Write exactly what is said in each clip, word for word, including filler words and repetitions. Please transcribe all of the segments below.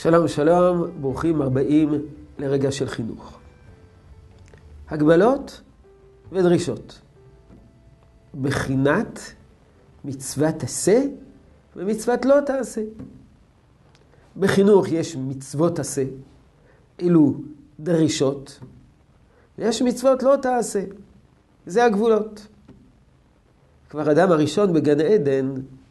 שלום שלום, ברוכים הבאים לרגע של חינוך. הגבלות ודרישות. בחינת מצוות עשה ומצוות לא תעשה. בחינוך יש מצוות עשה, אלו דרישות, ויש מצוות לא תעשה. זה הגבולות. כבר אדם הראשון בגן עדן,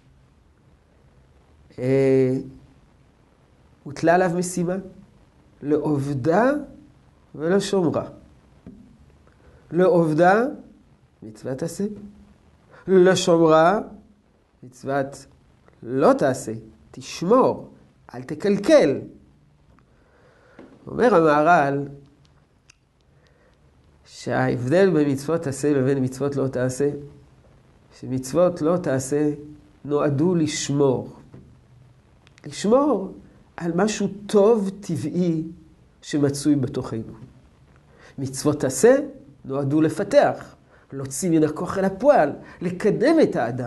אה, הוטלה עליו משימה, לעובדה ולשומרה. לעובדה, מצוות עשה. לשומרה, מצוות לא תעשה, תשמור, אל תקלקל. אומר המהר"ל, שההבדל בין מצוות עשה לבין מצוות לא תעשה, שמצוות לא תעשה נועדו לשמור. לשמור על משהו טוב טבעי שמצוי בתוכנו. מצוות עשה נועדו לפתח, להוציא מן הכוח אל הפועל, לקדם את האדם.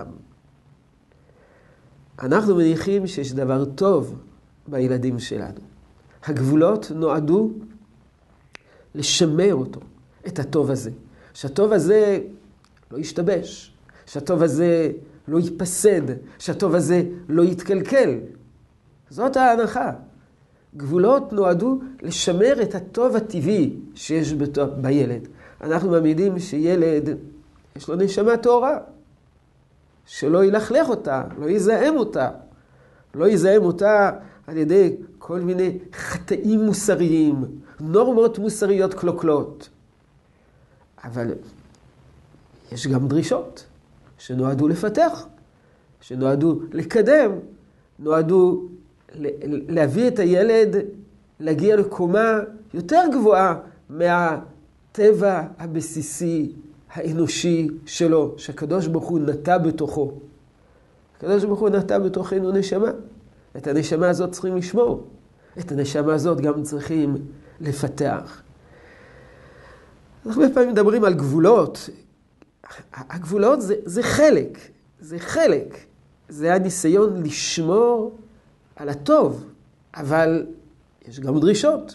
אנחנו מניחים שיש דבר טוב בילדים שלנו. הגבולות נועדו לשמר אותו, את הטוב הזה. שהטוב הזה לא ישתבש, שהטוב הזה לא ייפסד, שהטוב הזה לא יתקלקל. זאת ההנחה. גבולות נועדו לשמר את הטוב הטבעי שיש בילד. אנחנו מעמידים שילד יש לו נשמה טהורה, שלא ילכלך אותה, לא יזהם אותה. לא יזהם אותה על ידי כל מיני חטאים מוסריים, נורמות מוסריות קלוקלות. אבל יש גם דרישות שנועדו לפתח, שנועדו לקדם, נועדו להביא את הילד להגיע לקומה יותר גבוהה מהטבע הבסיסי האנושי שלו, שהקדוש ברוך הוא נטע בתוכו. הקדוש ברוך הוא נטע בתוכנו נשמה. את הנשמה הזאת צריכים לשמור. את הנשמה הזאת גם צריכים לפתח. אנחנו הרבה פעמים מדברים על גבולות. הגבולות זה, זה חלק. זה חלק. זה הניסיון לשמור על הטוב. אבל יש גם דרישות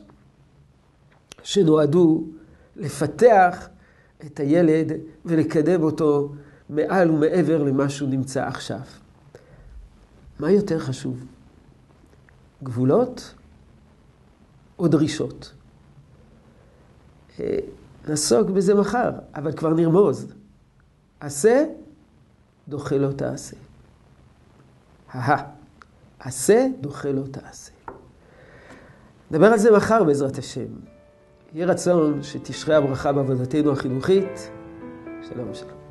שנועדו לפתח את הילד ולקדם אותו מעל ומעבר למה שהוא נמצא עכשיו. מה יותר חשוב? גבולות או דרישות? נעסוק בזה מחר, אבל כבר נרמוז. עשה, דוחה לא תעשה. הה, עשה, דוחה לא תעשה. נדבר על זה מחר בעזרת השם. יהיה רצון שתשרה הברכה בעבודתנו החינוכית. שלום שלום.